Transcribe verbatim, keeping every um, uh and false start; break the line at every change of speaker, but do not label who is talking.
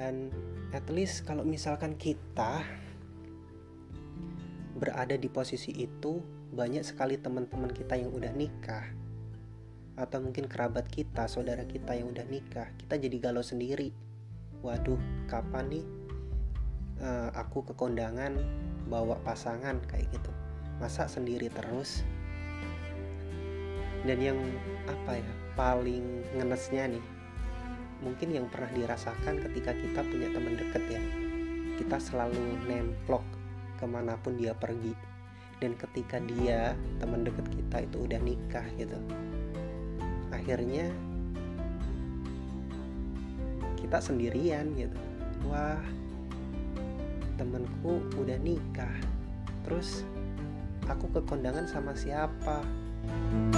Dan at least kalau misalkan kita berada di posisi itu, banyak sekali teman-teman kita yang udah nikah, atau mungkin kerabat kita, saudara kita yang udah nikah, kita jadi galau sendiri. Waduh, kapan nih uh, aku ke kondangan bawa pasangan kayak gitu, masa sendiri terus. Dan yang apa ya, paling ngenesnya nih, mungkin yang pernah dirasakan ketika kita punya teman deket ya, kita selalu nemplok kemanapun dia pergi. Dan ketika dia, teman deket kita itu udah nikah gitu, akhirnya kita sendirian gitu. Wah, temenku udah nikah, terus aku ke kondangan sama siapa?